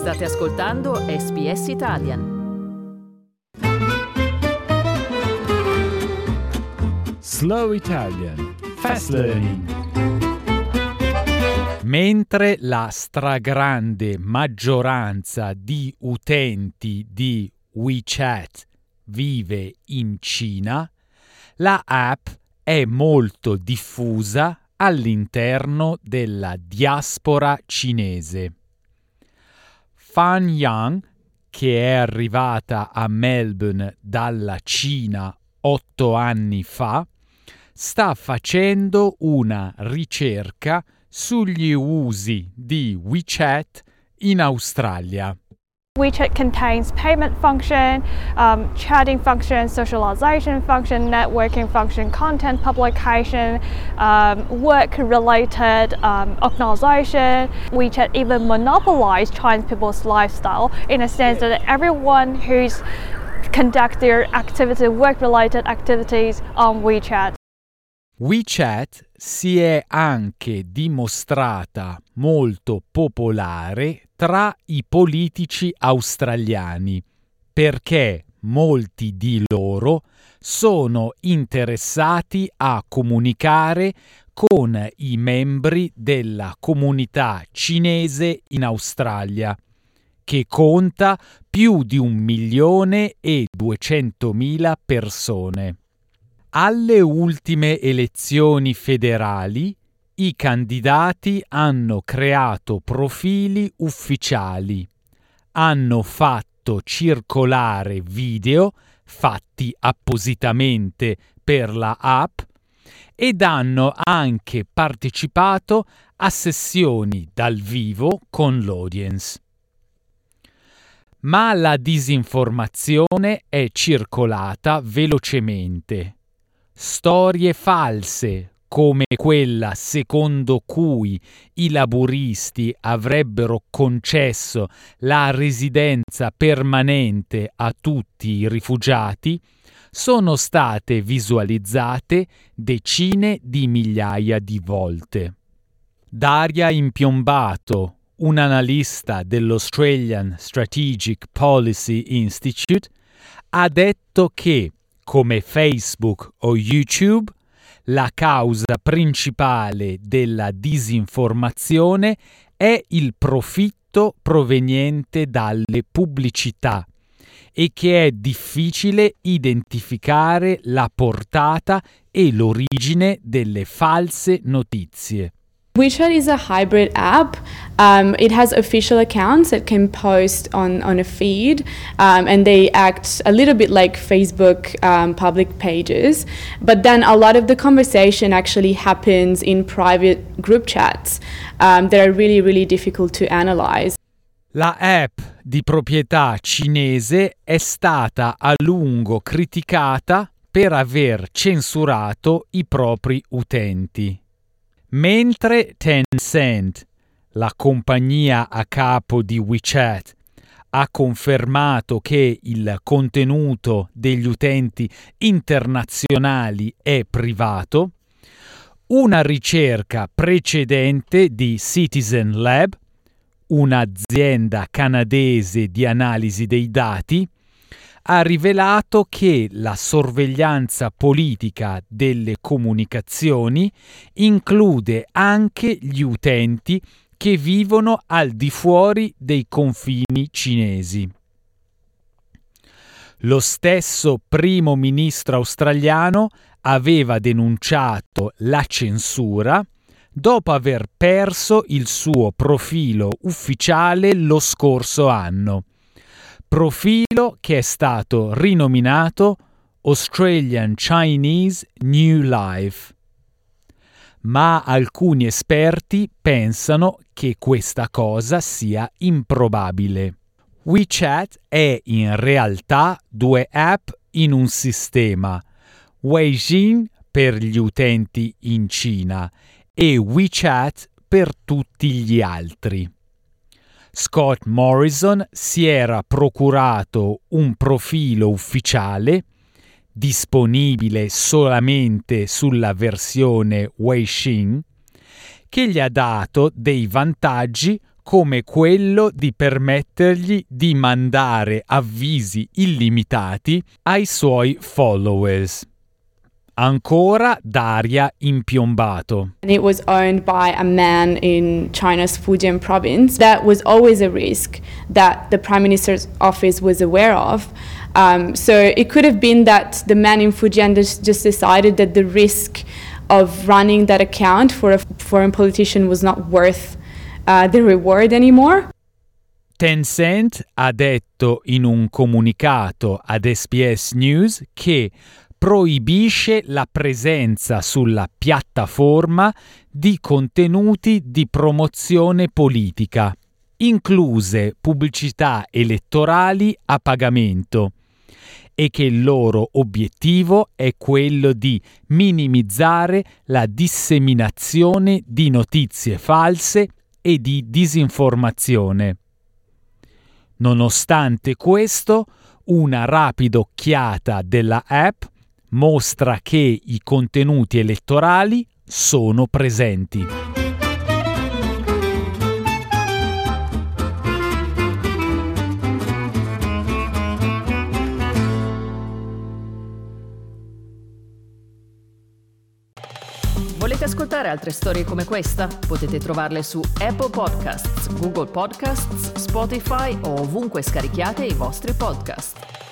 State ascoltando SBS Italian. Slow Italian Fast Learning. Mentre la stragrande maggioranza di utenti di WeChat vive in Cina, la app è molto diffusa all'interno della diaspora cinese. Fan Yang, che è arrivata a Melbourne dalla Cina 8 anni fa, sta facendo una ricerca sugli usi di WeChat in Australia. WeChat contains payment function, chatting function, socialization function, networking function, content publication, work-related organization. WeChat even monopolized Chinese people's lifestyle in a sense that everyone who's conduct their activity, work-related activities on WeChat. WeChat si è anche dimostrata molto popolare tra i politici australiani perché molti di loro sono interessati a comunicare con i membri della comunità cinese in Australia, che conta più di 1.200.000 persone. Alle ultime elezioni federali, i candidati hanno creato profili ufficiali, hanno fatto circolare video fatti appositamente per la app ed hanno anche partecipato a sessioni dal vivo con l'audience. Ma la disinformazione è circolata velocemente. Storie false, come quella secondo cui i laburisti avrebbero concesso la residenza permanente a tutti i rifugiati, sono state visualizzate decine di migliaia di volte. Daria Impiombato, un analista dell'Australian Strategic Policy Institute, ha detto che, come Facebook o YouTube, la causa principale della disinformazione è il profitto proveniente dalle pubblicità e che è difficile identificare la portata e l'origine delle false notizie. WeChat is a hybrid app. It has official accounts that can post on a feed, and they act a little bit like Facebook public pages. But then a lot of the conversation actually happens in private group chats that are really, really difficult to analyze. La app di proprietà cinese è stata a lungo criticata per aver censurato i propri utenti. Mentre Tencent, la compagnia a capo di WeChat, ha confermato che il contenuto degli utenti internazionali è privato, una ricerca precedente di Citizen Lab, un'azienda canadese di analisi dei dati, ha rivelato che la sorveglianza politica delle comunicazioni include anche gli utenti che vivono al di fuori dei confini cinesi. Lo stesso primo ministro australiano aveva denunciato la censura dopo aver perso il suo profilo ufficiale lo scorso anno. Profilo che è stato rinominato Australian Chinese New Life. Ma alcuni esperti pensano che questa cosa sia improbabile. WeChat è in realtà 2 app in un sistema, Weixin per gli utenti in Cina e WeChat per tutti gli altri. Scott Morrison si era procurato un profilo ufficiale, disponibile solamente sulla versione Weixin, che gli ha dato dei vantaggi come quello di permettergli di mandare avvisi illimitati ai suoi followers. Ancora Daria impiombato. And it was owned by a man in China's Fujian province. That was always a risk that the Prime Minister's office was aware of. So it could have been that the man in Fujian just decided that the risk of running that account for a foreign politician was not worth the reward anymore. Tencent ha detto in un comunicato ad SBS News che proibisce la presenza sulla piattaforma di contenuti di promozione politica, incluse pubblicità elettorali a pagamento, e che il loro obiettivo è quello di minimizzare la disseminazione di notizie false e di disinformazione. Nonostante questo, una rapida occhiata della app mostra che i contenuti elettorali sono presenti. Volete ascoltare altre storie come questa? Potete trovarle su Apple Podcasts, Google Podcasts, Spotify o ovunque scarichiate i vostri podcast.